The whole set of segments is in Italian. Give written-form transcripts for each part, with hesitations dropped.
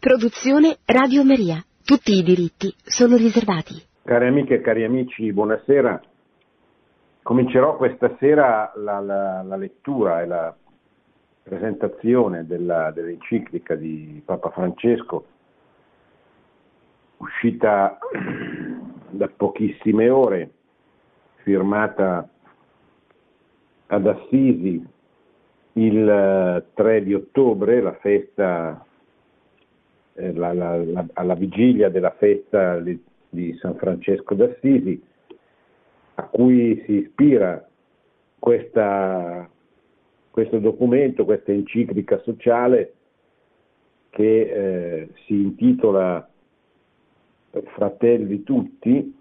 Produzione Radio Maria. Tutti i diritti sono riservati. Cari amiche e cari amici, buonasera. Comincerò questa sera la lettura e la presentazione dell'enciclica di Papa Francesco, uscita da pochissime ore, firmata ad Assisi il 3 di ottobre, la festa, alla vigilia della festa di San Francesco d'Assisi, a cui si ispira questo documento, questa enciclica sociale che si intitola Fratelli tutti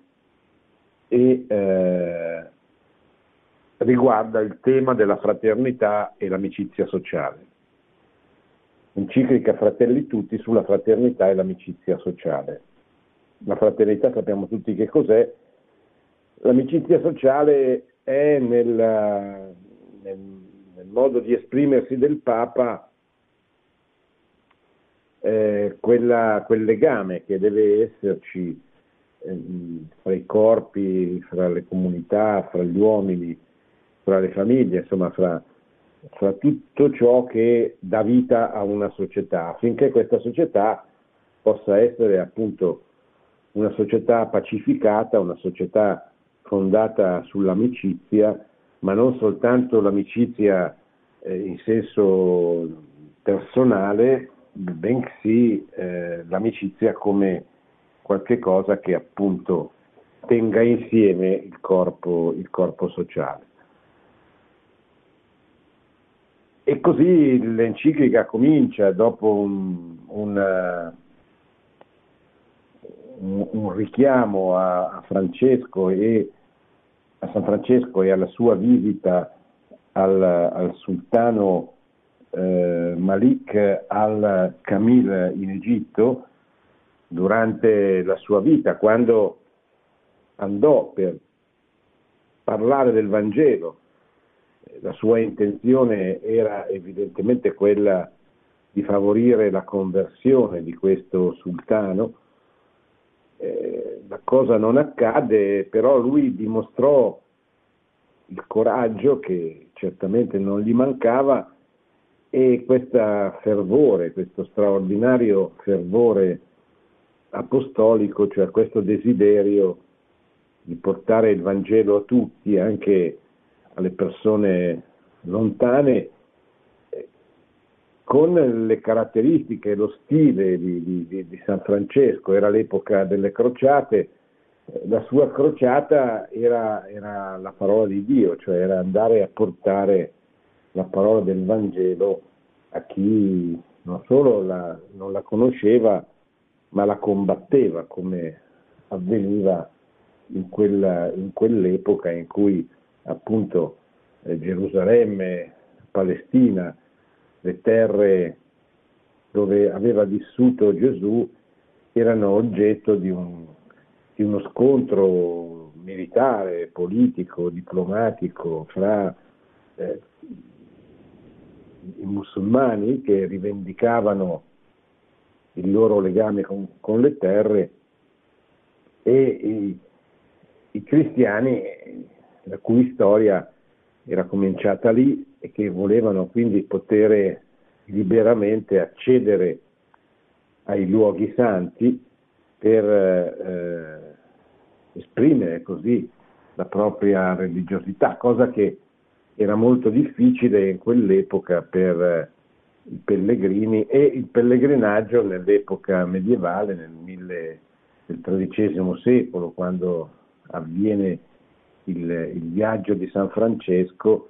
e riguarda il tema della fraternità e l'amicizia sociale. Enciclica Fratelli tutti sulla fraternità e l'amicizia sociale. La fraternità sappiamo tutti che cos'è. L'amicizia sociale è nel modo di esprimersi del Papa quel legame che deve esserci fra i corpi, fra le comunità, fra gli uomini, fra le famiglie, insomma fra tutto ciò che dà vita a una società, affinché questa società possa essere appunto una società pacificata, una società fondata sull'amicizia, ma non soltanto l'amicizia in senso personale, bensì l'amicizia come qualche cosa che appunto tenga insieme il corpo sociale. E così l'enciclica comincia dopo un richiamo a Francesco e a San Francesco e alla sua visita al sultano Malik al-Kamil in Egitto durante la sua vita, quando andò per parlare del Vangelo. La sua intenzione era evidentemente quella di favorire la conversione di questo sultano. La cosa non accadde, però lui dimostrò il coraggio che certamente non gli mancava e questo straordinario fervore apostolico, cioè questo desiderio di portare il Vangelo a tutti, anche alle persone lontane, con le caratteristiche, lo stile di San Francesco. Era l'epoca delle crociate, la sua crociata era la parola di Dio, cioè era andare a portare la parola del Vangelo a chi non solo non la conosceva, ma la combatteva, come avveniva in quell'epoca in cui appunto Gerusalemme, Palestina, le terre dove aveva vissuto Gesù erano oggetto di uno scontro militare, politico, diplomatico fra i musulmani che rivendicavano il loro legame con le terre e i cristiani, la cui storia era cominciata lì e che volevano quindi poter liberamente accedere ai luoghi santi per esprimere così la propria religiosità, cosa che era molto difficile in quell'epoca per i pellegrini e il pellegrinaggio nell'epoca medievale, nel XIII secolo, quando avviene il viaggio di San Francesco,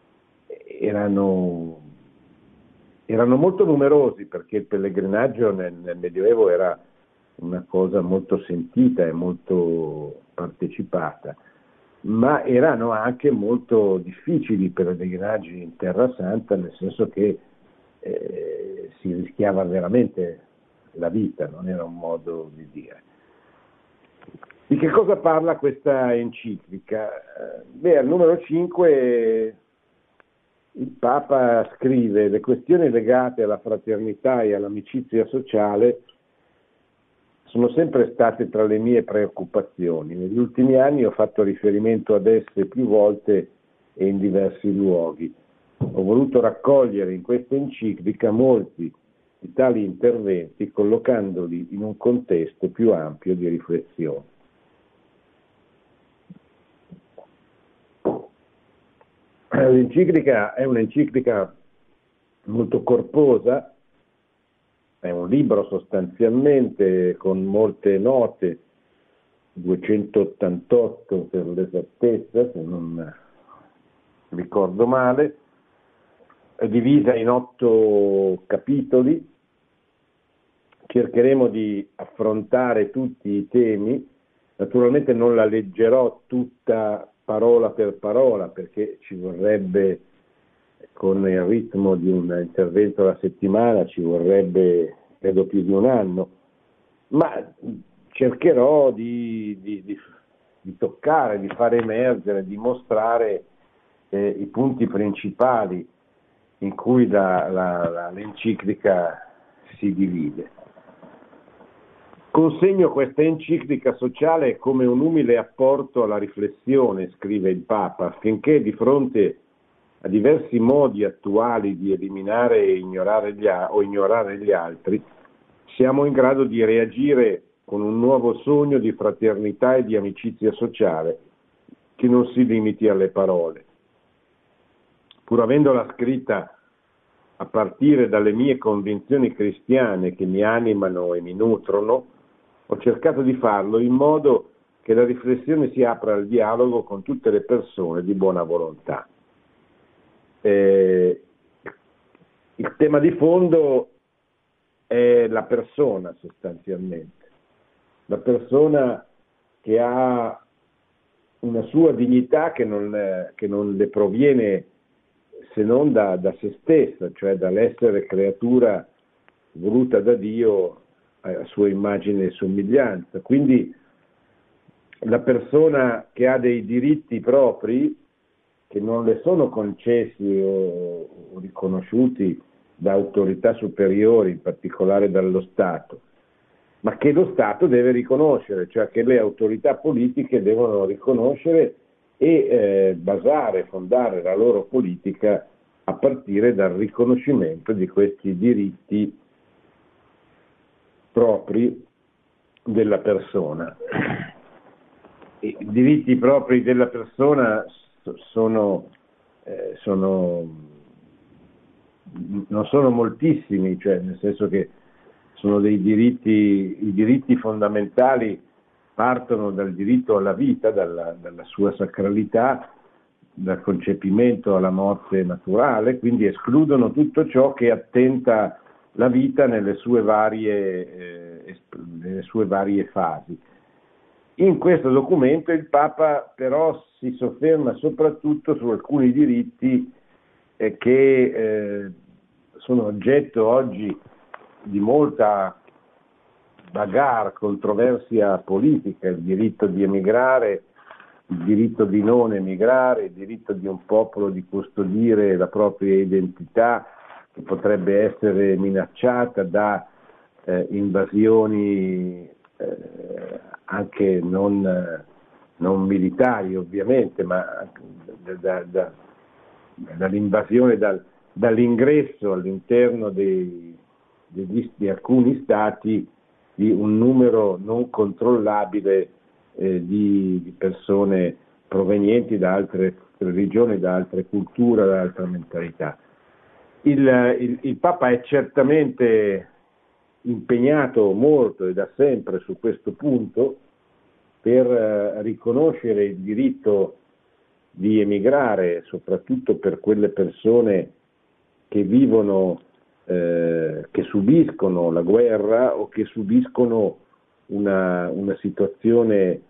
erano molto numerosi, perché il pellegrinaggio nel Medioevo era una cosa molto sentita e molto partecipata, ma erano anche molto difficili i pellegrinaggi in Terra Santa, nel senso che si rischiava veramente la vita, non era un modo di dire. Di che cosa parla questa enciclica? Al numero 5 il Papa scrive: le questioni legate alla fraternità e all'amicizia sociale sono sempre state tra le mie preoccupazioni. Negli ultimi anni ho fatto riferimento ad esse più volte e in diversi luoghi. Ho voluto raccogliere in questa enciclica molti di tali interventi, collocandoli in un contesto più ampio di riflessione. L'enciclica è un'enciclica molto corposa, è un libro sostanzialmente con molte note, 288 per l'esattezza, se non ricordo male, è divisa in 8 capitoli. Cercheremo di affrontare tutti i temi, naturalmente non la leggerò tutta parola per parola, perché ci vorrebbe, con il ritmo di un intervento alla settimana, ci vorrebbe credo più di un anno, ma cercherò di toccare, di far emergere, di mostrare i punti principali in cui l'enciclica si divide. Consegno questa enciclica sociale come un umile apporto alla riflessione, scrive il Papa, affinché di fronte a diversi modi attuali di eliminare e ignorare gli altri, siamo in grado di reagire con un nuovo sogno di fraternità e di amicizia sociale che non si limiti alle parole. Pur avendola scritta a partire dalle mie convinzioni cristiane che mi animano e mi nutrono, ho cercato di farlo in modo che la riflessione si apra al dialogo con tutte le persone di buona volontà. Il tema di fondo è la persona, sostanzialmente, la persona che ha una sua dignità che non le proviene se non da se stessa, cioè dall'essere creatura voluta da Dio a sua immagine e somiglianza. Quindi la persona che ha dei diritti propri che non le sono concessi o riconosciuti da autorità superiori, in particolare dallo Stato, ma che lo Stato deve riconoscere, cioè che le autorità politiche devono riconoscere e fondare la loro politica a partire dal riconoscimento di questi diritti propri della persona. I diritti propri della persona non sono moltissimi, cioè nel senso che sono i diritti fondamentali partono dal diritto alla vita, dalla sua sacralità, dal concepimento alla morte naturale, quindi escludono tutto ciò che attenta la vita nelle sue varie fasi. In questo documento il Papa però si sofferma soprattutto su alcuni diritti che sono oggetto oggi di molta bagarre, controversia politica: il diritto di emigrare, il diritto di non emigrare, il diritto di un popolo di custodire la propria identità che potrebbe essere minacciata da invasioni anche non militari ovviamente, ma dall'invasione, dall'ingresso all'interno di alcuni stati di un numero non controllabile di persone provenienti da altre religioni, da altre culture, da altre mentalità. Il Papa è certamente impegnato molto e da sempre su questo punto per riconoscere il diritto di emigrare, soprattutto per quelle persone che vivono, che subiscono la guerra o che subiscono una situazione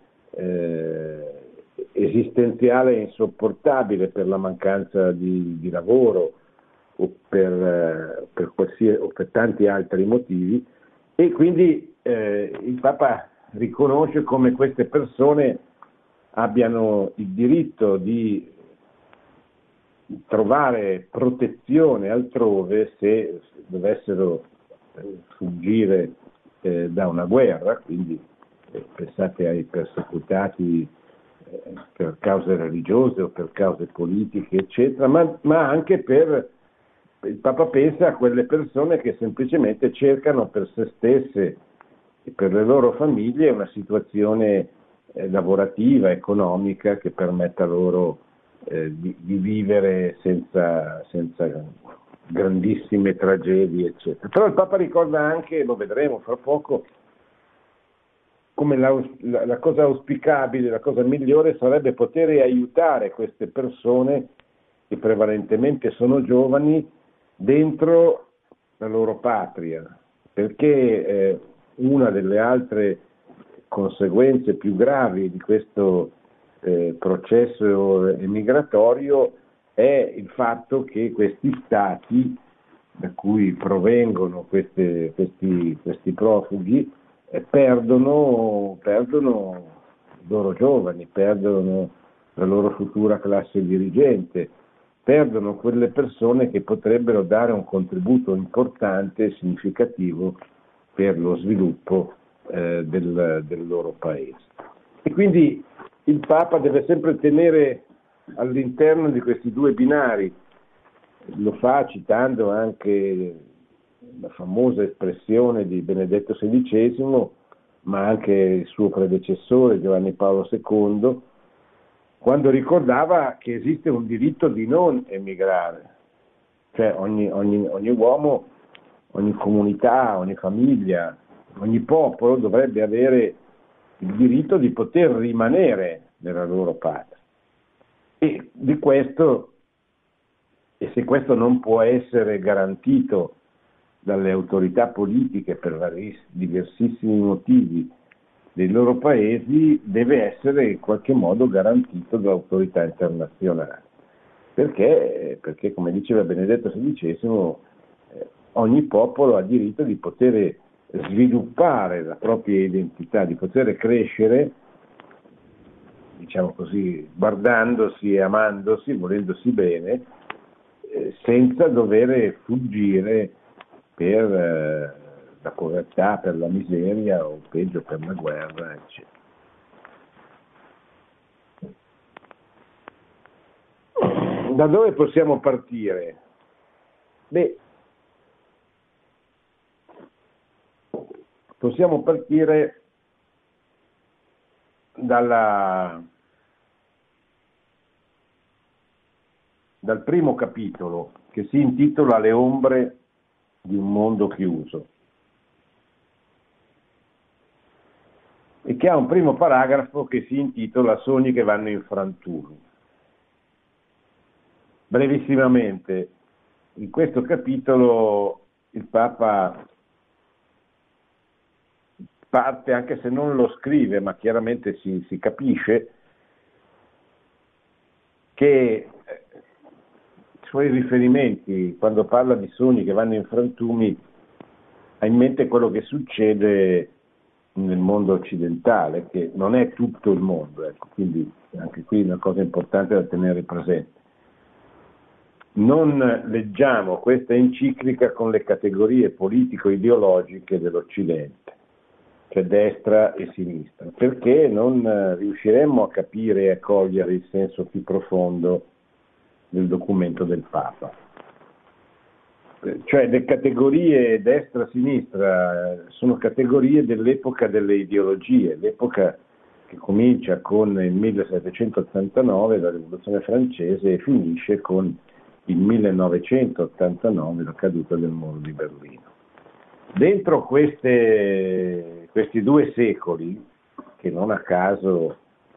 esistenziale insopportabile per la mancanza di lavoro o per tanti altri motivi, e quindi il Papa riconosce come queste persone abbiano il diritto di trovare protezione altrove se dovessero fuggire da una guerra, quindi pensate ai persecutati per cause religiose o per cause politiche, eccetera, ma anche il Papa pensa a quelle persone che semplicemente cercano per se stesse e per le loro famiglie una situazione lavorativa, economica che permetta loro di vivere senza grandissime tragedie, eccetera. Però il Papa ricorda anche, lo vedremo fra poco, come la cosa auspicabile, la cosa migliore sarebbe poter aiutare queste persone, che prevalentemente sono giovani, dentro la loro patria, perché una delle altre conseguenze più gravi di questo processo emigratorio è il fatto che questi stati da cui provengono questi profughi perdono i loro giovani, perdono la loro futura classe dirigente, perdono quelle persone che potrebbero dare un contributo importante e significativo per lo sviluppo del loro paese. E quindi il Papa deve sempre tenere all'interno di questi due binari, lo fa citando anche la famosa espressione di Benedetto XVI, ma anche il suo predecessore Giovanni Paolo II, quando ricordava che esiste un diritto di non emigrare, cioè ogni uomo, ogni comunità, ogni famiglia, ogni popolo dovrebbe avere il diritto di poter rimanere nella loro patria. E di questo, e se questo non può essere garantito dalle autorità politiche per diversissimi motivi dei loro paesi, deve essere in qualche modo garantito dall'autorità internazionale. Perché come diceva Benedetto XVI, ogni popolo ha diritto di poter sviluppare la propria identità, di poter crescere, diciamo così, guardandosi e amandosi, volendosi bene, senza dover fuggire per la povertà, per la miseria o peggio per la guerra, eccetera. Da dove possiamo partire? Beh, possiamo partire dal primo capitolo, che si intitola Le ombre di un mondo chiuso, e che ha un primo paragrafo che si intitola Sogni che vanno in frantumi. Brevissimamente, in questo capitolo il Papa parte, anche se non lo scrive, ma chiaramente si capisce, che i suoi riferimenti, quando parla di sogni che vanno in frantumi, ha in mente quello che succede nel mondo occidentale, che non è tutto il mondo, ecco, quindi anche qui una cosa importante da tenere presente. Non leggiamo questa enciclica con le categorie politico-ideologiche dell'Occidente, cioè destra e sinistra, perché non riusciremmo a capire e a cogliere il senso più profondo del documento del Papa. Cioè le categorie destra-sinistra sono categorie dell'epoca delle ideologie, l'epoca che comincia con il 1789, la Rivoluzione francese, e finisce con il 1989, la caduta del muro di Berlino. Dentro questi due secoli, che non a caso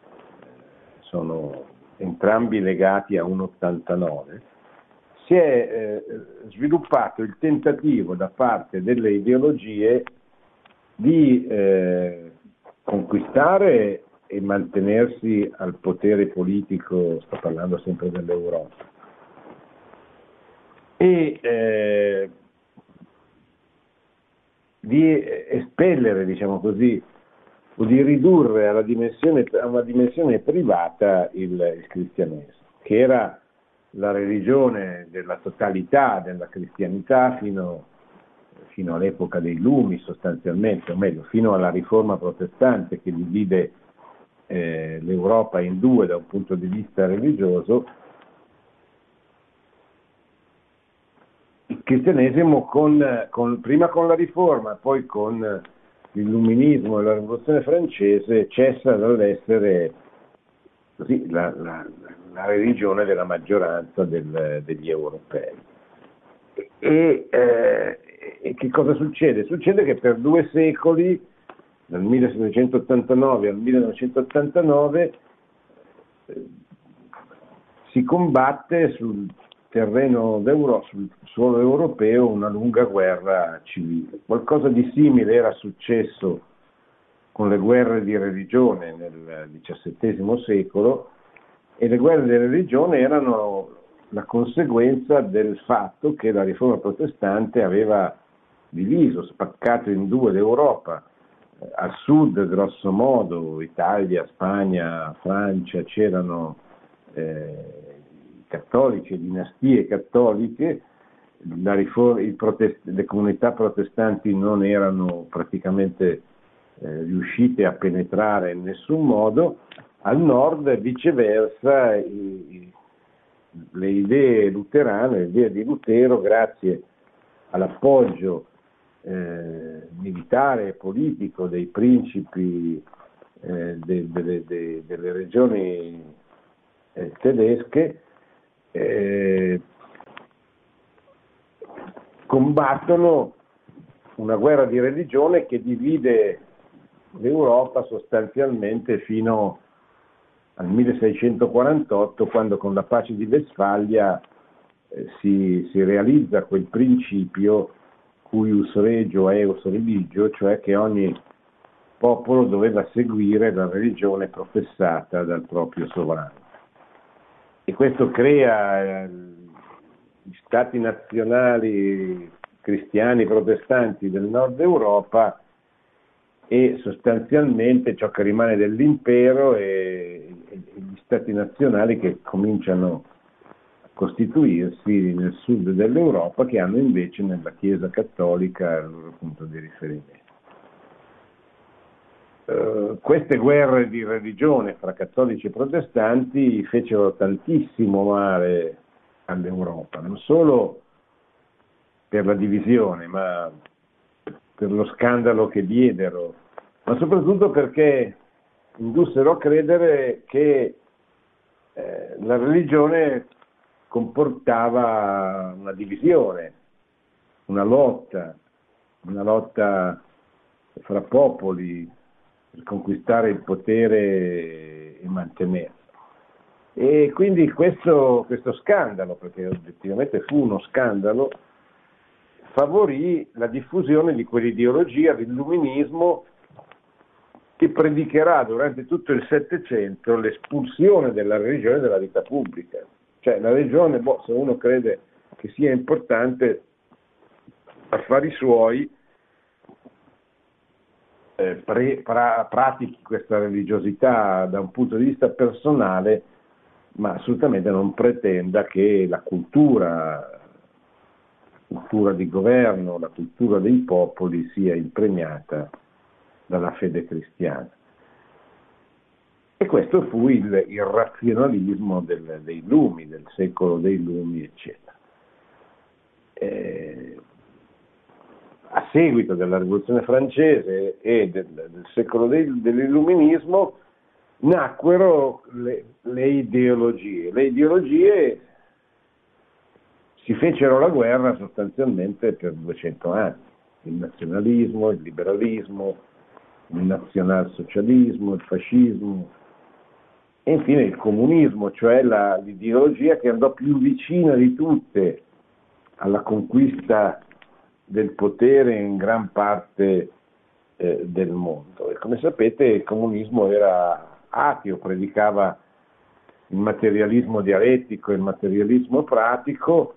sono entrambi legati a un 89, si è sviluppato il tentativo da parte delle ideologie di conquistare e mantenersi al potere politico, sto parlando sempre dell'Europa, e di espellere, diciamo così, o di ridurre a una dimensione privata il cristianesimo, che era la religione della totalità della cristianità fino all'epoca dei Lumi sostanzialmente, o meglio, fino alla riforma protestante che divide l'Europa in due da un punto di vista religioso. Il cristianesimo prima con la riforma, poi con l'illuminismo e la rivoluzione francese cessa dall'essere così la religione della maggioranza degli europei. E che cosa succede? Succede che per 2 secoli, dal 1789 al 1989, si combatte sul terreno sul suolo europeo una lunga guerra civile. Qualcosa di simile era successo con le guerre di religione nel XVII secolo, e le guerre di religione erano la conseguenza del fatto che la riforma protestante aveva diviso, spaccato in due l'Europa. Al sud, grosso modo, Italia, Spagna, Francia, c'erano cattolici, dinastie cattoliche, le comunità protestanti non erano praticamente riuscite a penetrare in nessun modo. Al nord, viceversa, le idee luterane, le idee di Lutero, grazie all'appoggio militare e politico dei principi delle regioni tedesche, combattono una guerra di religione che divide l'Europa sostanzialmente fino al 1648, quando con la pace di Westfalia si realizza quel principio cuius regio eus religio, cioè che ogni popolo doveva seguire la religione professata dal proprio sovrano. E questo crea gli stati nazionali cristiani protestanti del nord Europa e sostanzialmente ciò che rimane dell'impero e gli stati nazionali che cominciano a costituirsi nel sud dell'Europa, che hanno invece nella Chiesa cattolica il loro punto di riferimento. Queste guerre di religione fra cattolici e protestanti fecero tantissimo male all'Europa, non solo per la divisione, ma per lo scandalo che diedero, ma soprattutto perché indussero a credere che la religione comportava una divisione, una lotta fra popoli per conquistare il potere e mantenerlo. E quindi questo scandalo, perché oggettivamente fu uno scandalo, favorì la diffusione di quell'ideologia, l'illuminismo, che predicherà durante tutto il Settecento l'espulsione della religione dalla vita pubblica. Cioè la religione, se uno crede che sia importante, affari suoi, pratichi questa religiosità da un punto di vista personale, ma assolutamente non pretenda che la cultura di governo, la cultura dei popoli sia impregnata dalla fede cristiana. E questo fu il razionalismo dei Lumi, del secolo dei Lumi, eccetera. A seguito della rivoluzione francese e del secolo dell'illuminismo nacquero le ideologie. Le ideologie si fecero la guerra sostanzialmente per 200 anni. Il nazionalismo, il liberalismo, il nazionalsocialismo, il fascismo e infine il comunismo, cioè l'ideologia che andò più vicina di tutte alla conquista del potere in gran parte del mondo. E come sapete il comunismo era ateo, predicava il materialismo dialettico, il materialismo pratico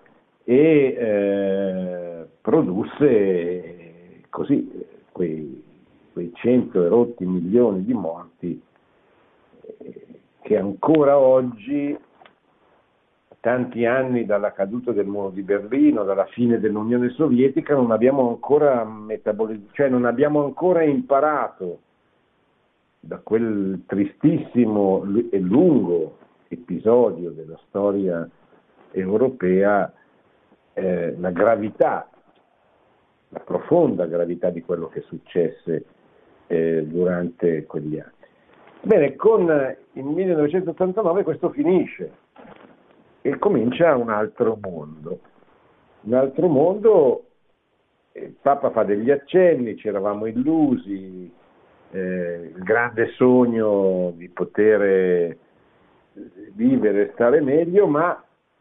e produsse così quei 100 e rotti milioni di morti che ancora oggi tanti anni dalla caduta del muro di Berlino, dalla fine dell'Unione Sovietica, non abbiamo ancora cioè non abbiamo ancora imparato da quel tristissimo e lungo episodio della storia europea la gravità, la profonda gravità di quello che successe durante quegli anni. Bene, con il 1989 questo finisce e comincia un altro mondo. Un altro mondo, il Papa fa degli accenni, ci eravamo illusi, il grande sogno di poter vivere e stare meglio, ma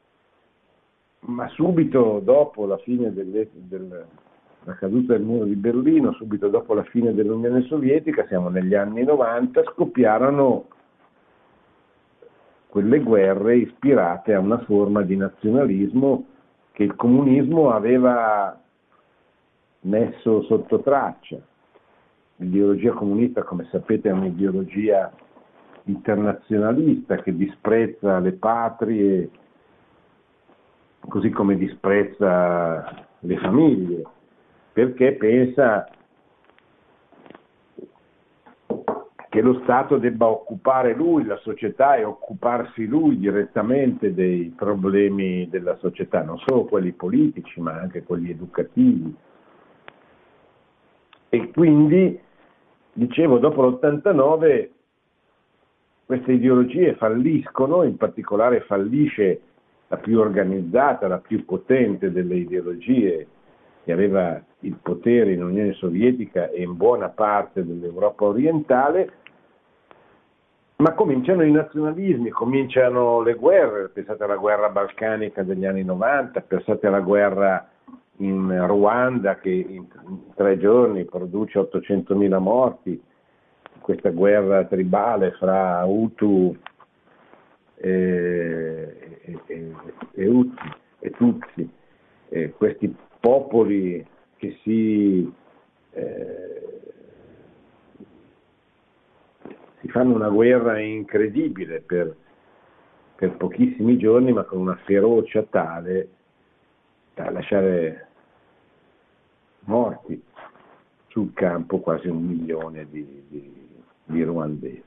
subito dopo la fine la caduta del muro di Berlino, subito dopo la fine dell'Unione Sovietica, siamo negli anni 90, scoppiarono quelle guerre ispirate a una forma di nazionalismo che il comunismo aveva messo sotto traccia. L'ideologia comunista, come sapete, è un'ideologia internazionalista che disprezza le patrie, così come disprezza le famiglie, perché pensa che lo Stato debba occupare lui, la società, e occuparsi lui direttamente dei problemi della società, non solo quelli politici, ma anche quelli educativi. E quindi, dicevo, dopo l'89 queste ideologie falliscono, in particolare fallisce la più organizzata, la più potente delle ideologie che aveva il potere in Unione Sovietica e in buona parte dell'Europa orientale, ma cominciano i nazionalismi, cominciano le guerre, pensate alla guerra balcanica degli anni 90, pensate alla guerra in Ruanda che in 3 giorni produce 800.000 morti, questa guerra tribale fra Hutu e Tutsi, questi popoli che si fanno una guerra incredibile per pochissimi giorni, ma con una ferocia tale da lasciare morti sul campo quasi 1 milione di ruandesi.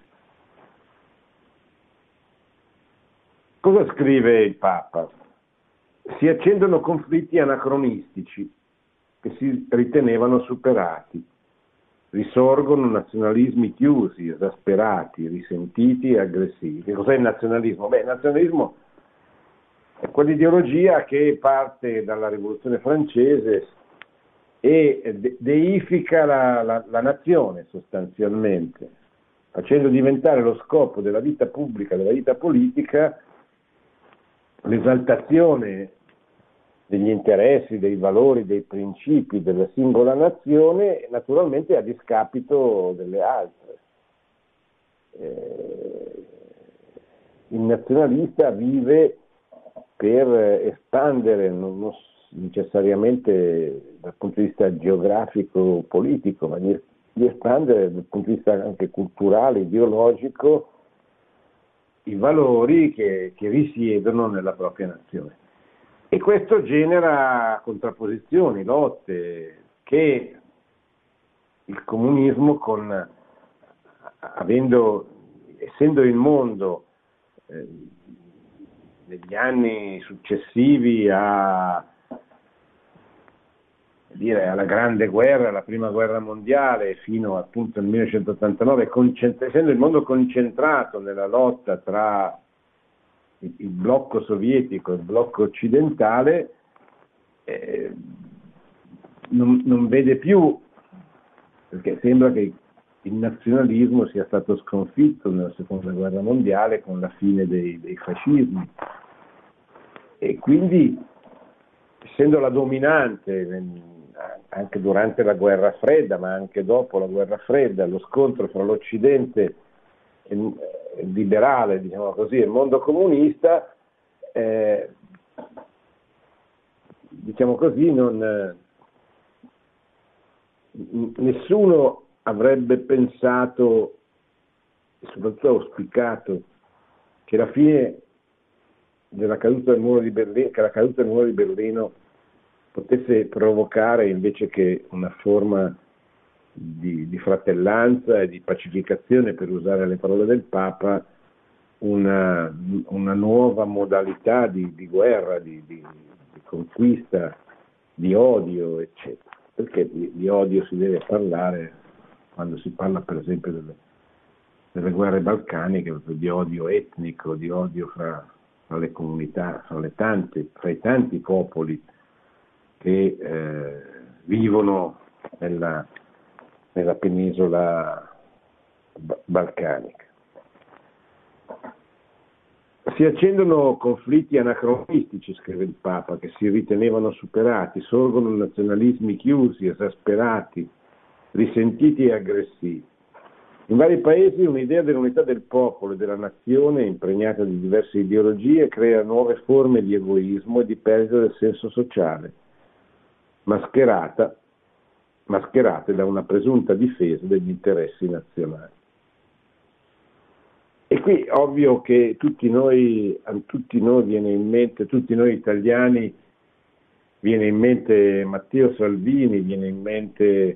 Cosa scrive il Papa? Si accendono conflitti anacronistici che si ritenevano superati. Risorgono nazionalismi chiusi, esasperati, risentiti e aggressivi. Che cos'è il nazionalismo? Beh, il nazionalismo è quell'ideologia che parte dalla Rivoluzione francese e deifica la nazione sostanzialmente, facendo diventare lo scopo della vita pubblica, della vita politica, l'esaltazione degli interessi, dei valori, dei principi della singola nazione, naturalmente a discapito delle altre. Il nazionalista vive per espandere, non necessariamente dal punto di vista geografico politico, ma di espandere dal punto di vista anche culturale, ideologico, i valori che risiedono nella propria nazione. E questo genera contrapposizioni, lotte, che il comunismo, essendo il mondo negli anni successivi alla Grande Guerra, alla Prima Guerra Mondiale, fino appunto al 1989, essendo il mondo concentrato nella lotta tra il blocco sovietico e il blocco occidentale, non vede più, perché sembra che il nazionalismo sia stato sconfitto nella Seconda Guerra Mondiale con la fine dei fascismi, e quindi, essendo la dominante anche durante la Guerra Fredda, ma anche dopo la Guerra Fredda, lo scontro fra l'Occidente liberale, diciamo così, il mondo comunista, diciamo così, nessuno avrebbe pensato e soprattutto auspicato che la fine della caduta del muro di Berlino, che la caduta del muro di Berlino potesse provocare, invece che una forma di fratellanza e di pacificazione, per usare le parole del Papa, una nuova modalità di guerra, di conquista, di odio, eccetera. Perché di odio si deve parlare quando si parla, per esempio, delle guerre balcaniche, di odio etnico, di odio fra le comunità, fra i tanti popoli che vivono nella penisola balcanica. Si accendono conflitti anacronistici, scrive il Papa, che si ritenevano superati, sorgono nazionalismi chiusi, esasperati, risentiti e aggressivi. In vari paesi un'idea dell'unità del popolo e della nazione, impregnata di diverse ideologie, crea nuove forme di egoismo e di perdita del senso sociale, mascherate da una presunta difesa degli interessi nazionali. E qui ovvio che a tutti noi viene in mente, tutti noi italiani, viene in mente Matteo Salvini, viene in mente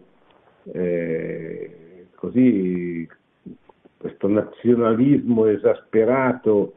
così questo nazionalismo esasperato.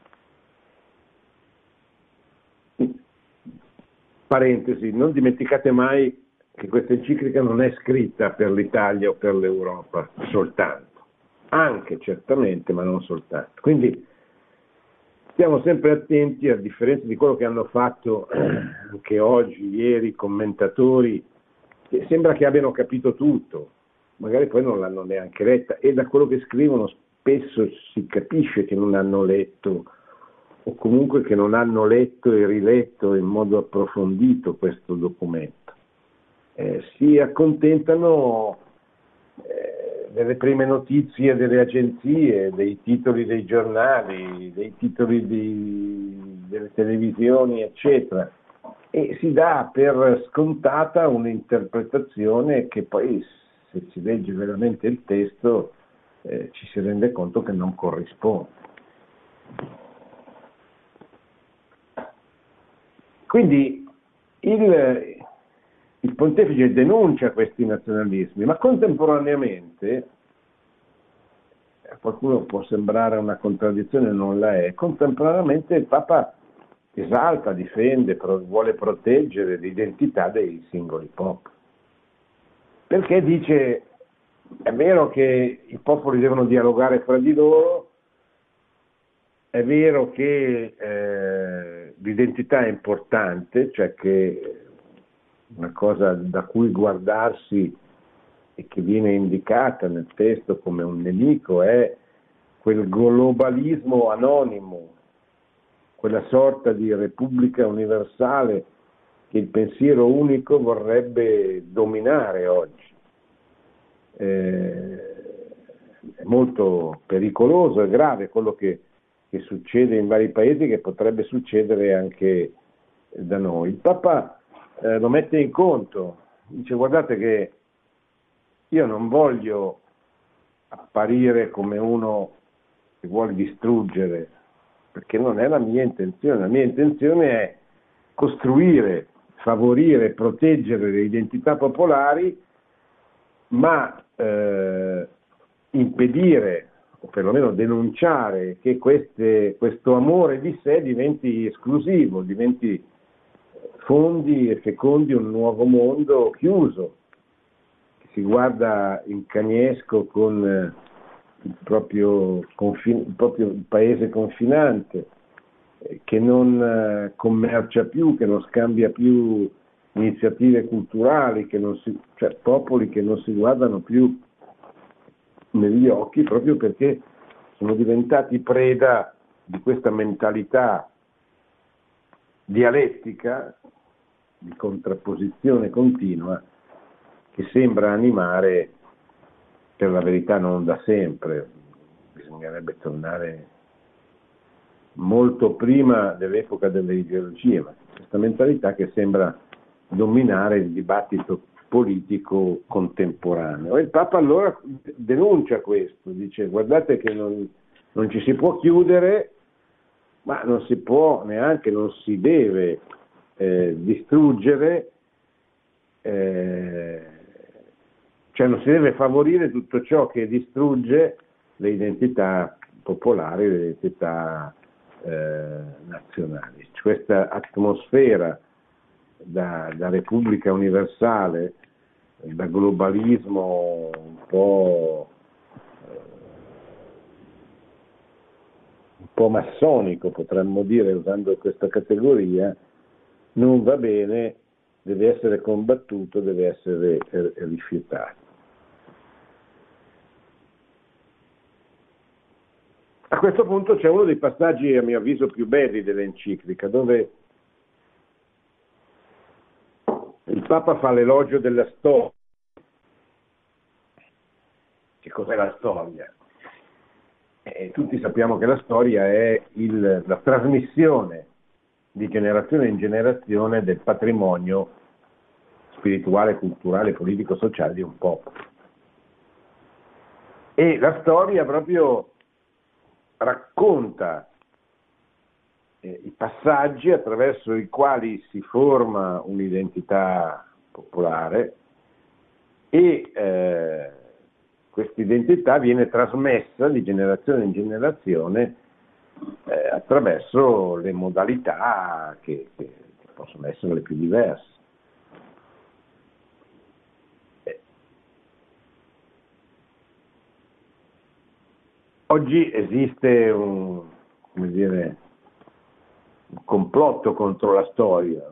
Parentesi, non dimenticate mai che questa enciclica non è scritta per l'Italia o per l'Europa soltanto, anche certamente, ma non soltanto. Quindi stiamo sempre attenti, a differenza di quello che hanno fatto anche oggi, ieri, commentatori, che sembra che abbiano capito tutto, magari poi non l'hanno neanche letta, e da quello che scrivono spesso si capisce che non hanno letto, o comunque che non hanno letto e riletto in modo approfondito questo documento. Si accontentano delle prime notizie delle agenzie, dei titoli dei giornali, dei titoli delle televisioni, eccetera, e si dà per scontata un'interpretazione che poi, se si legge veramente il testo, ci si rende conto che non corrisponde. Quindi il pontefice denuncia questi nazionalismi, ma contemporaneamente, a qualcuno può sembrare una contraddizione, non la è, contemporaneamente il Papa esalta, difende, vuole proteggere l'identità dei singoli popoli. Perché dice, è vero che i popoli devono dialogare fra di loro, è vero che l'identità è importante, cioè che una cosa da cui guardarsi e che viene indicata nel testo come un nemico è quel globalismo anonimo, quella sorta di repubblica universale che il pensiero unico vorrebbe dominare oggi. È molto pericoloso e grave quello che succede in vari paesi, che potrebbe succedere anche da noi. Il Papa lo mette in conto, dice: guardate che io non voglio apparire come uno che vuole distruggere, perché non è la mia intenzione è costruire, favorire, proteggere le identità popolari, ma impedire, o perlomeno denunciare, che questo amore di sé diventi esclusivo, diventi fondi e fecondi un nuovo mondo chiuso, che si guarda in cagnesco con il proprio paese confinante, che non commercia più, che non scambia più iniziative culturali, cioè popoli che non si guardano più negli occhi, proprio perché sono diventati preda di questa mentalità dialettica, di contrapposizione continua, che sembra animare, per la verità non da sempre, bisognerebbe tornare molto prima dell'epoca delle ideologie, ma questa mentalità che sembra dominare il dibattito politico contemporaneo. E il Papa allora denuncia questo, dice: guardate che non ci si può chiudere, ma non si può neanche, non si deve distruggere, cioè non si deve favorire tutto ciò che distrugge le identità popolari, le identità nazionali. Questa atmosfera da Repubblica Universale, da globalismo un po' massonico, potremmo dire, usando questa categoria, non va bene, deve essere combattuto, deve essere rifiutato. A questo punto c'è uno dei passaggi, a mio avviso, più belli dell'enciclica, dove il Papa fa l'elogio della storia. Che cos'è la storia? Tutti sappiamo che la storia è la trasmissione di generazione in generazione del patrimonio spirituale, culturale, politico, sociale di un popolo. E la storia proprio racconta i passaggi attraverso i quali si forma un'identità popolare e questa identità viene trasmessa di generazione in generazione attraverso le modalità che possono essere le più diverse. Oggi esiste un complotto contro la storia.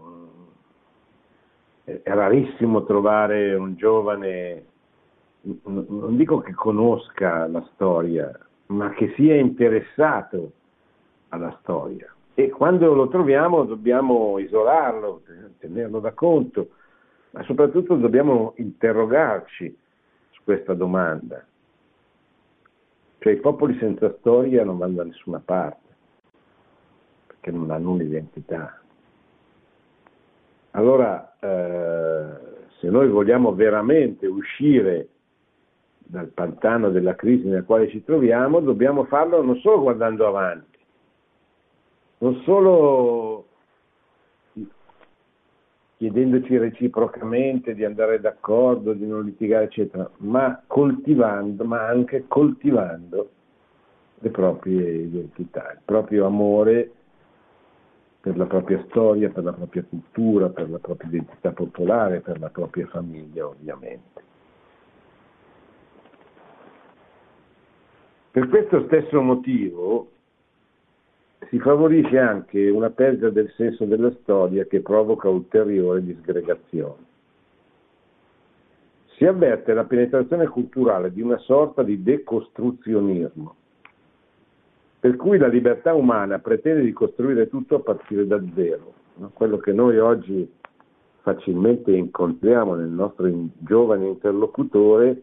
È rarissimo trovare un giovane, non dico che conosca la storia, ma che sia interessato alla storia. E quando lo troviamo dobbiamo isolarlo, tenerlo da conto, ma soprattutto dobbiamo interrogarci su questa domanda. Cioè i popoli senza storia non vanno da nessuna parte, perché non hanno un'identità. Allora, se noi vogliamo veramente uscire dal pantano della crisi nel quale ci troviamo, dobbiamo farlo non solo guardando avanti, non solo chiedendoci reciprocamente di andare d'accordo, di non litigare, eccetera, ma anche coltivando le proprie identità, il proprio amore per la propria storia, per la propria cultura, per la propria identità popolare, per la propria famiglia, ovviamente. Per questo stesso motivo si favorisce anche una perdita del senso della storia che provoca ulteriore disgregazione. Si avverte la penetrazione culturale di una sorta di decostruzionismo, per cui la libertà umana pretende di costruire tutto a partire da zero. Quello che noi oggi facilmente incontriamo nel nostro giovane interlocutore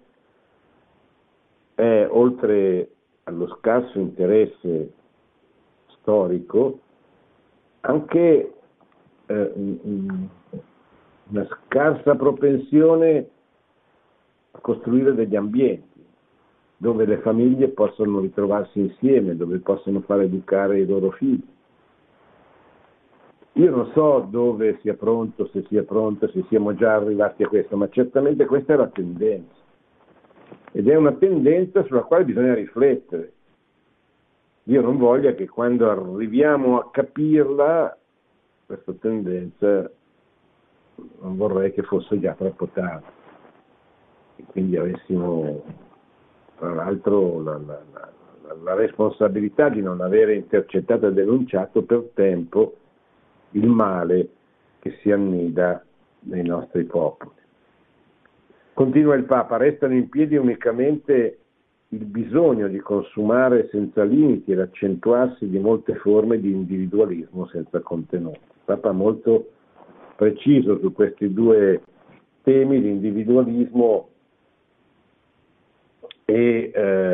è, oltre allo scarso interesse storico, anche una scarsa propensione a costruire degli ambienti dove le famiglie possono ritrovarsi insieme, dove possono far educare i loro figli. Io non so dove sia pronto, se sia pronto, se siamo già arrivati a questo, ma certamente questa è la tendenza. Ed è una tendenza sulla quale bisogna riflettere. Io non voglio che quando arriviamo a capirla, questa tendenza, non vorrei che fosse già troppo tardi. E quindi avessimo, tra l'altro, la responsabilità di non avere intercettato e denunciato per tempo il male che si annida nei nostri popoli. Continua il Papa, restano in piedi unicamente il bisogno di consumare senza limiti e l'accentuarsi di molte forme di individualismo senza contenuti. Il Papa è molto preciso su questi due temi, l'individualismo e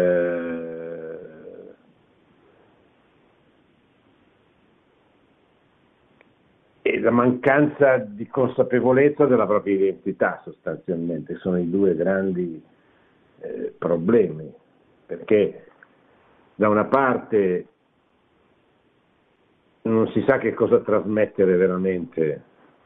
la mancanza di consapevolezza della propria identità, sostanzialmente. Sono i due grandi problemi, perché da una parte non si sa che cosa trasmettere veramente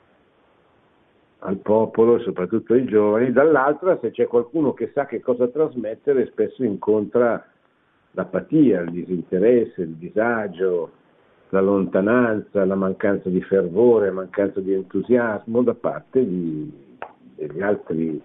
al popolo e soprattutto ai giovani, dall'altra se c'è qualcuno che sa che cosa trasmettere spesso incontra l'apatia, il disinteresse, il disagio, la lontananza, la mancanza di fervore, la mancanza di entusiasmo da parte degli altri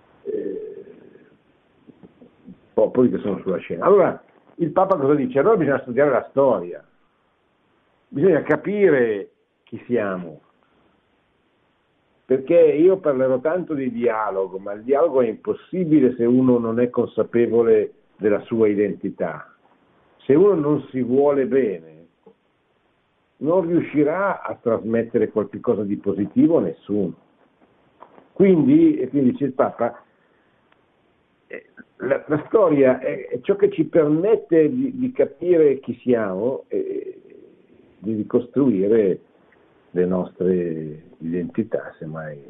popoli che sono sulla scena. Allora il Papa cosa dice? Allora bisogna studiare la storia, bisogna capire chi siamo, perché io parlerò tanto di dialogo, ma il dialogo è impossibile se uno non è consapevole della sua identità. Se uno non si vuole bene, non riuscirà a trasmettere qualcosa di positivo a nessuno. Quindi dice il Papa, la storia è ciò che ci permette di capire chi siamo e di ricostruire le nostre identità, semmai.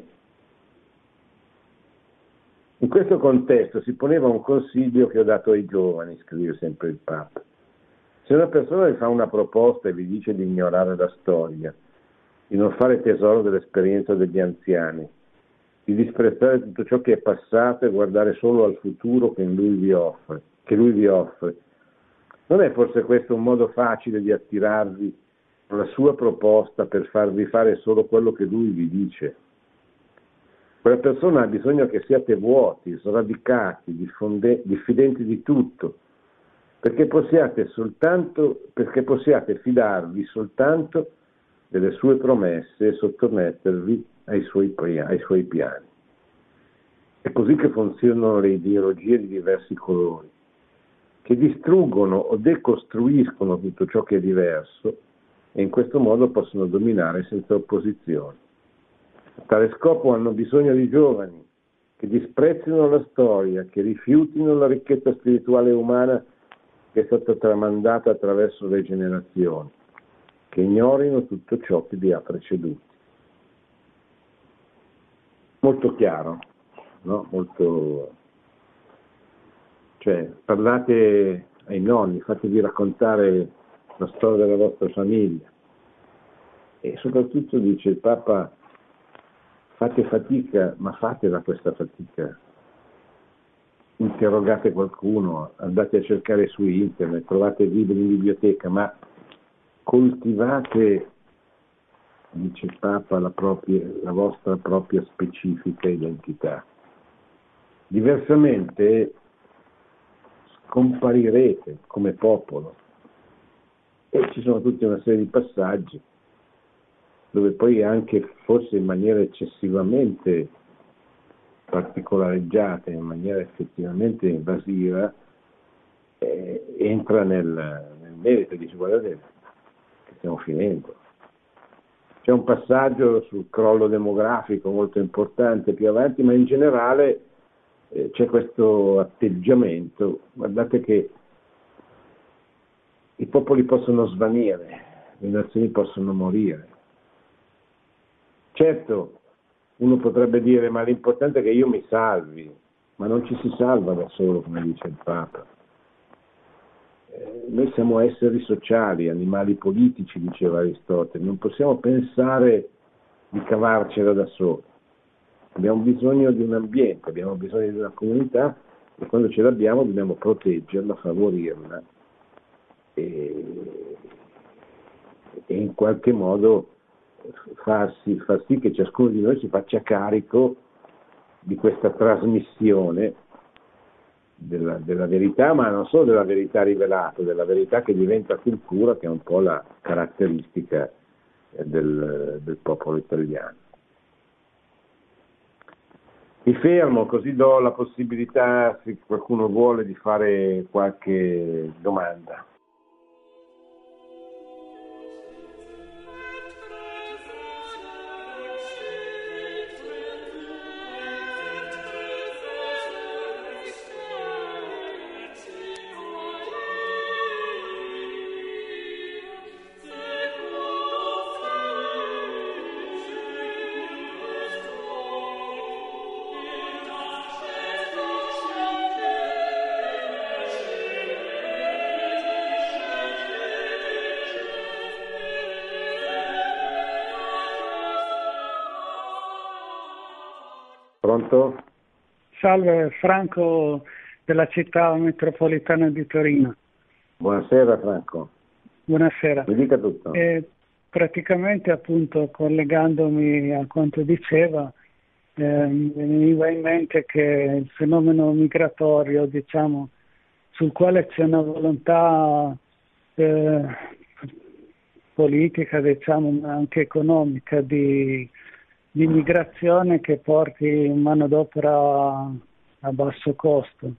In questo contesto si poneva un consiglio che ho dato ai giovani, scrive sempre il Papa. Se una persona vi fa una proposta e vi dice di ignorare la storia, di non fare tesoro dell'esperienza degli anziani, di disprezzare tutto ciò che è passato e guardare solo al futuro che lui vi offre, non è forse questo un modo facile di attirarvi con la sua proposta per farvi fare solo quello che lui vi dice? Quella persona ha bisogno che siate vuoti, sradicati, diffidenti di tutto, perché possiate fidarvi soltanto delle sue promesse e sottomettervi ai suoi piani. È così che funzionano le ideologie di diversi colori, che distruggono o decostruiscono tutto ciò che è diverso e in questo modo possono dominare senza opposizione. A tale scopo hanno bisogno di giovani che disprezzino la storia, che rifiutino la ricchezza spirituale e umana che è stata tramandata attraverso le generazioni, che ignorino tutto ciò che li ha preceduti. Molto chiaro, no? Cioè, parlate ai nonni, fatevi raccontare la storia della vostra famiglia e soprattutto, dice il Papa, fate fatica, ma fatela questa fatica. Interrogate qualcuno, andate a cercare su internet, trovate libri in biblioteca, ma coltivate, dice il Papa, la vostra propria specifica identità. Diversamente scomparirete come popolo. E ci sono tutta una serie di passaggi dove poi anche forse in maniera eccessivamente particolareggiata, in maniera effettivamente invasiva, entra nel merito e dice guardate che stiamo finendo. C'è un passaggio sul crollo demografico molto importante più avanti, ma in generale c'è questo atteggiamento. Guardate che i popoli possono svanire, le nazioni possono morire. Certo, uno potrebbe dire ma l'importante è che io mi salvi, ma non ci si salva da solo, come dice il Papa. Noi siamo esseri sociali, animali politici, diceva Aristotele, non possiamo pensare di cavarcela da soli. Abbiamo bisogno di un ambiente, abbiamo bisogno di una comunità e quando ce l'abbiamo dobbiamo proteggerla, favorirla e in qualche modo far sì che ciascuno di noi si faccia carico di questa trasmissione della verità, ma non solo della verità rivelata, della verità che diventa cultura, che è un po' la caratteristica del popolo italiano. Mi fermo, così do la possibilità, se qualcuno vuole, di fare qualche domanda. Pronto? Salve, Franco della città metropolitana di Torino. Buonasera Franco. Buonasera. Mi dica tutto. Praticamente, appunto, collegandomi a quanto diceva, mi veniva in mente che il fenomeno migratorio, diciamo, sul quale c'è una volontà politica, diciamo, ma anche economica di migrazione che porti manodopera a basso costo.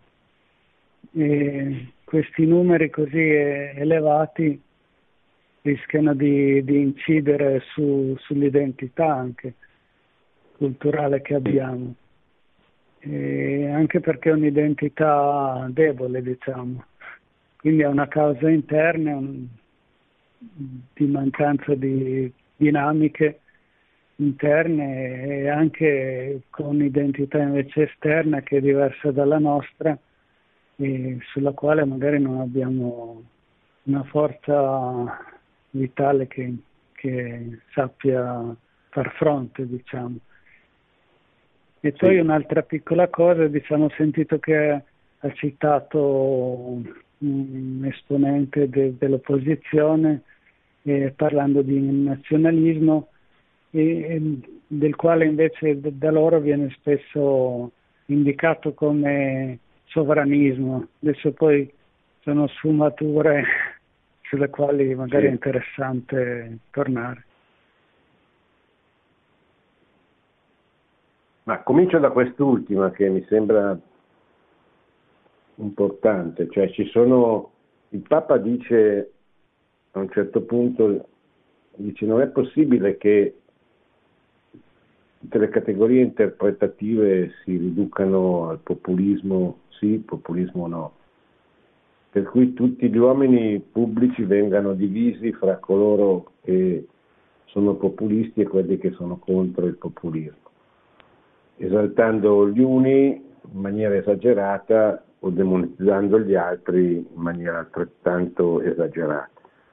E questi numeri così elevati rischiano di incidere sull'identità anche culturale che abbiamo, e anche perché è un'identità debole, diciamo, quindi è una causa interna di mancanza di dinamiche interne, e anche con un'identità invece esterna che è diversa dalla nostra e sulla quale magari non abbiamo una forza vitale che sappia far fronte, diciamo. E poi un'altra piccola cosa, diciamo, ho sentito che ha citato un esponente dell'opposizione parlando di nazionalismo, del quale invece da loro viene spesso indicato come sovranismo. Adesso poi sono sfumature sulle quali magari è interessante tornare. Ma comincio da quest'ultima che mi sembra importante, cioè il Papa dice a un certo punto, dice non è possibile che tutte le categorie interpretative si riducano al populismo sì, populismo no, per cui tutti gli uomini pubblici vengano divisi fra coloro che sono populisti e quelli che sono contro il populismo, esaltando gli uni in maniera esagerata o demonizzando gli altri in maniera altrettanto esagerata.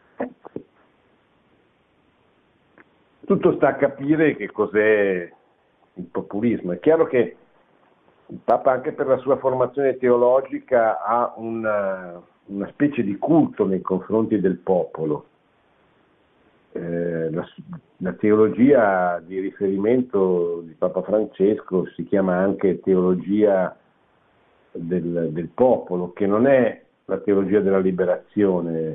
Tutto sta a capire che cos'è il populismo. È chiaro che il Papa, anche per la sua formazione teologica, ha una specie di culto nei confronti del popolo. La teologia di riferimento di Papa Francesco si chiama anche teologia del popolo, che non è la teologia della liberazione,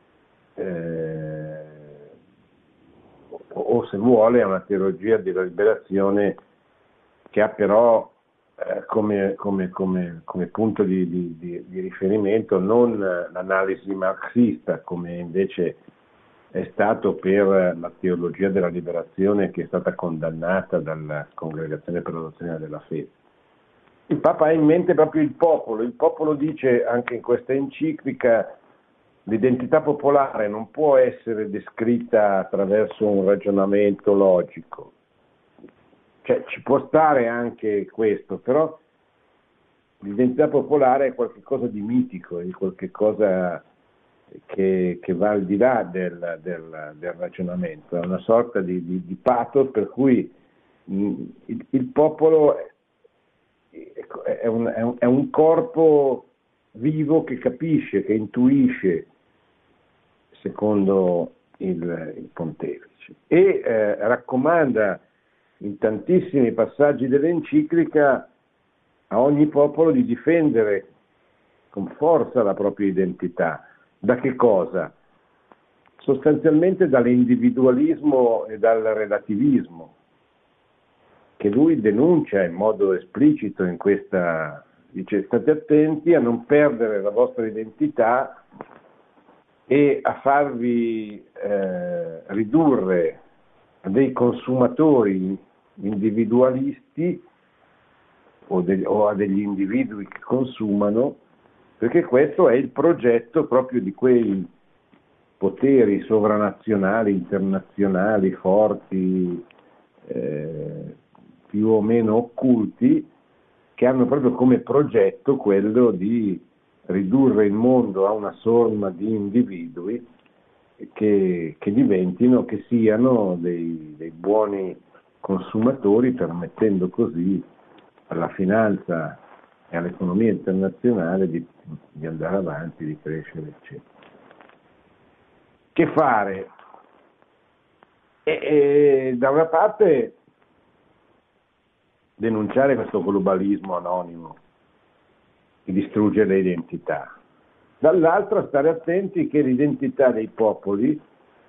o se vuole è una teologia della liberazione che ha però come punto di riferimento non l'analisi marxista, come invece è stato per la teologia della liberazione che è stata condannata dalla Congregazione per la dottrina della fede. Il Papa ha in mente proprio il popolo dice anche in questa enciclica: l'identità popolare non può essere descritta attraverso un ragionamento logico, cioè ci può stare anche questo, però l'identità popolare è qualcosa di mitico, è qualcosa che va al di là del ragionamento, è una sorta di pathos per cui il popolo è un corpo vivo che capisce, che intuisce, secondo il pontefice, e raccomanda in tantissimi passaggi dell'enciclica a ogni popolo di difendere con forza la propria identità. Da che cosa? Sostanzialmente dall'individualismo e dal relativismo, che lui denuncia in modo esplicito in questa. Dice: state attenti a non perdere la vostra identità e a farvi ridurre a dei consumatori individualisti o a degli individui che consumano, perché questo è il progetto proprio di quei poteri sovranazionali, internazionali, forti, più o meno occulti, che hanno proprio come progetto quello di ridurre il mondo a una somma di individui che diventino, che siano dei buoni consumatori, permettendo così alla finanza e all'economia internazionale di andare avanti, di crescere, eccetera. Che fare? Da una parte denunciare questo globalismo anonimo che distrugge le identità, dall'altra stare attenti che l'identità dei popoli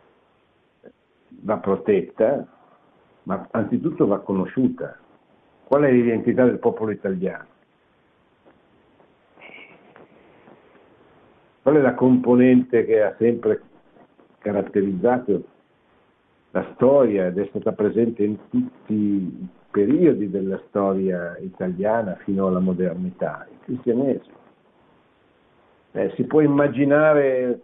va protetta, ma anzitutto va conosciuta. Qual è l'identità del popolo italiano? Qual è la componente che ha sempre caratterizzato la storia ed è stata presente in tutti i periodi della storia italiana fino alla modernità? Il cristianesimo. Si può immaginare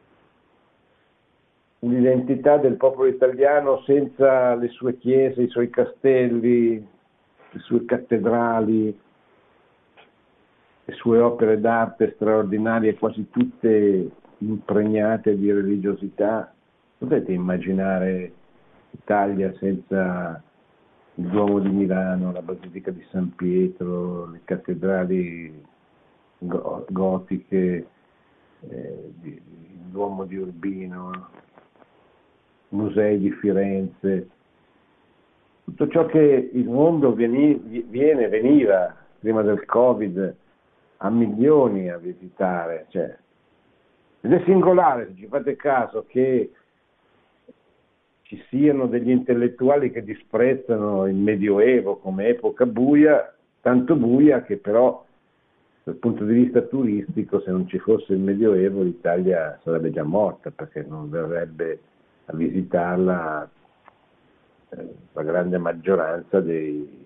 un'identità del popolo italiano senza le sue chiese, i suoi castelli, le sue cattedrali, le sue opere d'arte straordinarie, quasi tutte impregnate di religiosità. Potete immaginare l'Italia senza il Duomo di Milano, la Basilica di San Pietro, le cattedrali gotiche, il Duomo di Urbino, musei di Firenze, tutto ciò che il mondo veniva prima del Covid a milioni a visitare, cioè. Ed è singolare, se ci fate caso, che ci siano degli intellettuali che disprezzano il Medioevo come epoca buia, tanto buia che però dal punto di vista turistico, se non ci fosse il Medioevo, l'Italia sarebbe già morta, perché non verrebbe a visitarla la grande maggioranza dei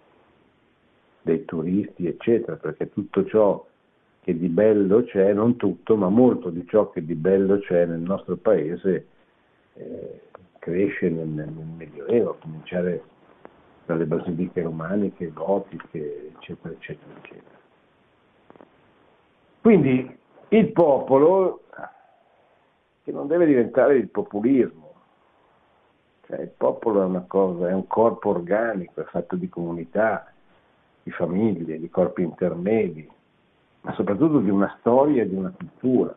turisti, eccetera, perché tutto ciò che di bello c'è, non tutto, ma molto di ciò che di bello c'è nel nostro paese cresce nel Medioevo, a cominciare dalle basiliche romaniche, gotiche, eccetera, eccetera, eccetera. Quindi il popolo, che non deve diventare il populismo, cioè il popolo è una cosa, è un corpo organico, è fatto di comunità, di famiglie, di corpi intermedi, ma soprattutto di una storia e di una cultura.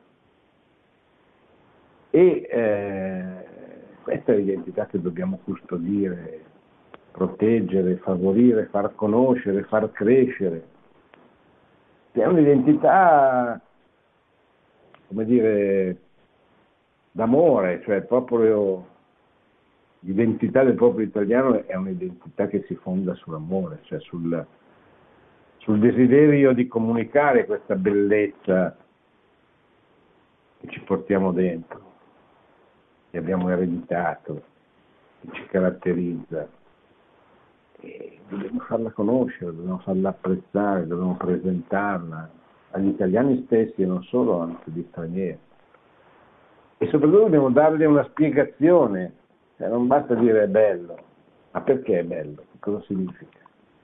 E questa è l'identità che dobbiamo custodire, proteggere, favorire, far conoscere, far crescere. È un'identità, come dire, d'amore, cioè proprio l'identità del popolo italiano è un'identità che si fonda sull'amore, cioè sul desiderio di comunicare questa bellezza che ci portiamo dentro, che abbiamo ereditato, che ci caratterizza. E dobbiamo farla conoscere, dobbiamo farla apprezzare, dobbiamo presentarla agli italiani stessi e non solo anche agli stranieri. E soprattutto dobbiamo dargli una spiegazione, cioè non basta dire è bello, ma perché è bello? Che cosa significa?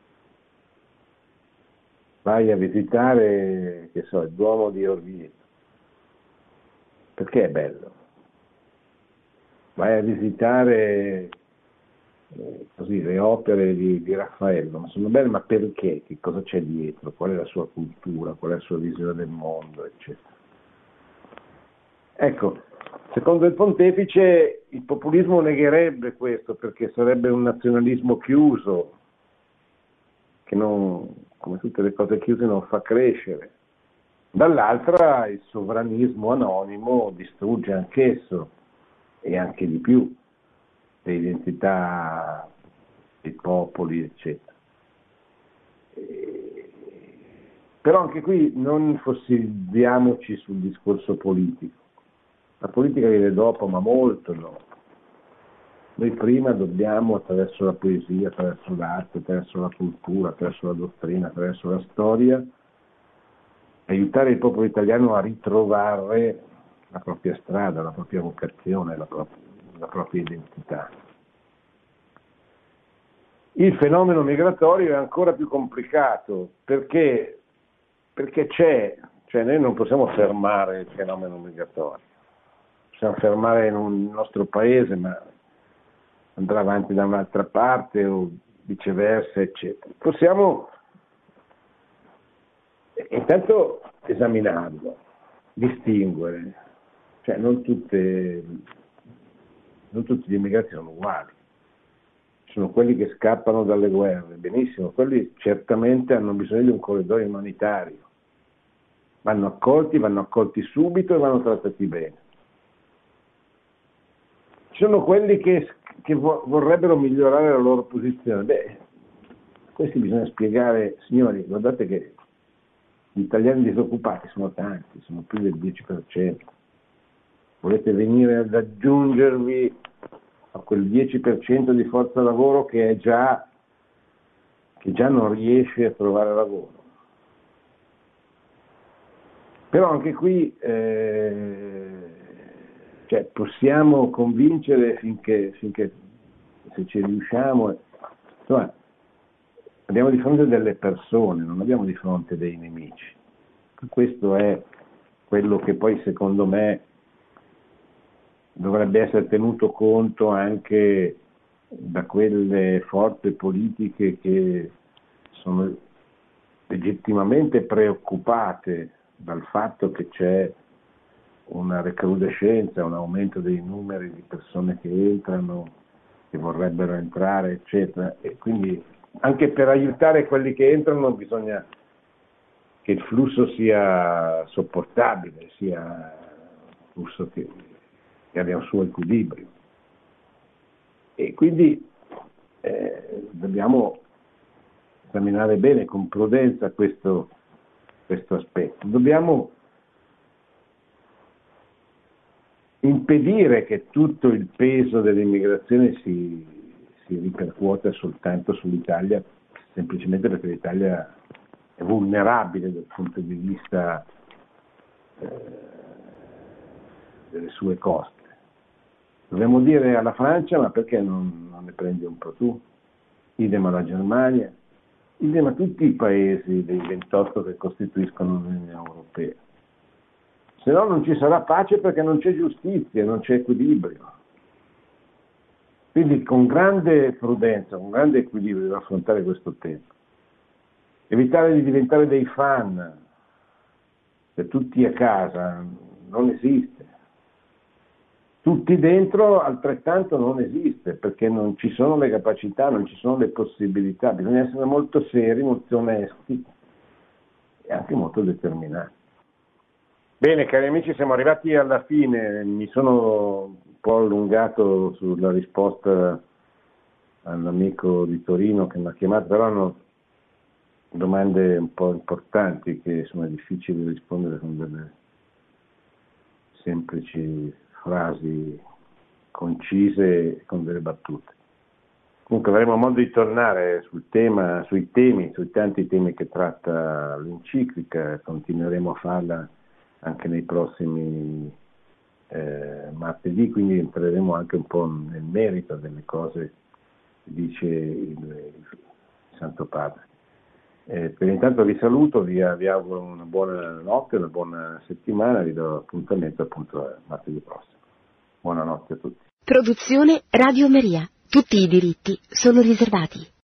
Vai a visitare, che so, il Duomo di Orvieto, perché è bello? Vai a visitare così le opere di Raffaello, ma sono belle, ma perché? Che cosa c'è dietro? Qual è la sua cultura? Qual è la sua visione del mondo, eccetera. Ecco, secondo il pontefice il populismo negherebbe questo, perché sarebbe un nazionalismo chiuso, che non, come tutte le cose chiuse, non fa crescere. Dall'altra il sovranismo anonimo distrugge anch'esso, e anche di più, le identità dei popoli, eccetera. Però anche qui non fossilizziamoci sul discorso politico. La politica viene dopo, ma molto dopo. Noi prima dobbiamo, attraverso la poesia, attraverso l'arte, attraverso la cultura, attraverso la dottrina, attraverso la storia, aiutare il popolo italiano a ritrovare la propria strada, la propria vocazione, la propria identità. Il fenomeno migratorio è ancora più complicato perché c'è, cioè noi non possiamo fermare il fenomeno migratorio, possiamo fermare il nostro paese, ma andrà avanti da un'altra parte o viceversa, eccetera. Possiamo Intanto esaminarlo, distinguere, cioè non tutti gli immigrati sono uguali. Ci sono quelli che scappano dalle guerre, benissimo, quelli certamente hanno bisogno di un corridoio umanitario, vanno accolti subito e vanno trattati bene. Ci sono quelli che vorrebbero migliorare la loro posizione. Beh, a questi bisogna spiegare, signori, guardate che gli italiani disoccupati sono tanti, sono più del 10%. Volete venire ad aggiungervi a quel 10% di forza lavoro che già non riesce a trovare lavoro. Però anche qui cioè possiamo convincere finché se ci riusciamo, insomma, abbiamo di fronte delle persone, non abbiamo di fronte dei nemici. Questo è quello che poi secondo me dovrebbe essere tenuto conto anche da quelle forze politiche che sono legittimamente preoccupate dal fatto che c'è una recrudescenza, un aumento dei numeri di persone che entrano, che vorrebbero entrare, eccetera. E quindi anche per aiutare quelli che entrano bisogna che il flusso sia sopportabile, sia un flusso che abbia un suo equilibrio. E quindi dobbiamo esaminare bene, con prudenza, questo aspetto. Dobbiamo impedire che tutto il peso dell'immigrazione si ripercuota soltanto sull'Italia, semplicemente perché l'Italia è vulnerabile dal punto di vista delle sue coste. Dobbiamo dire alla Francia: ma perché non ne prendi un po' tu? Idem alla Germania, idem a tutti i paesi dei 28 che costituiscono l'Unione Europea. Se no non ci sarà pace, perché non c'è giustizia, non c'è equilibrio. Quindi con grande prudenza, con grande equilibrio devo affrontare questo tema. Evitare di diventare dei fan, se tutti a casa, non esiste. Tutti dentro altrettanto non esiste, perché non ci sono le capacità, non ci sono le possibilità. Bisogna essere molto seri, molto onesti e anche molto determinati. Bene, cari amici, siamo arrivati alla fine. Mi sono un po' allungato sulla risposta all'amico di Torino che mi ha chiamato, però hanno domande un po' importanti che sono difficili da rispondere con delle semplici frasi concise e con delle battute. Comunque avremo modo di tornare sui tanti temi che tratta l'enciclica. Continueremo a farla anche nei prossimi martedì, quindi entreremo anche un po' nel merito delle cose che dice il Santo Padre. Per intanto vi saluto, vi auguro una buona notte, una buona settimana, vi do appuntamento appunto martedì prossimo. Buonanotte a tutti. Produzione Radio Maria. Tutti i diritti sono riservati.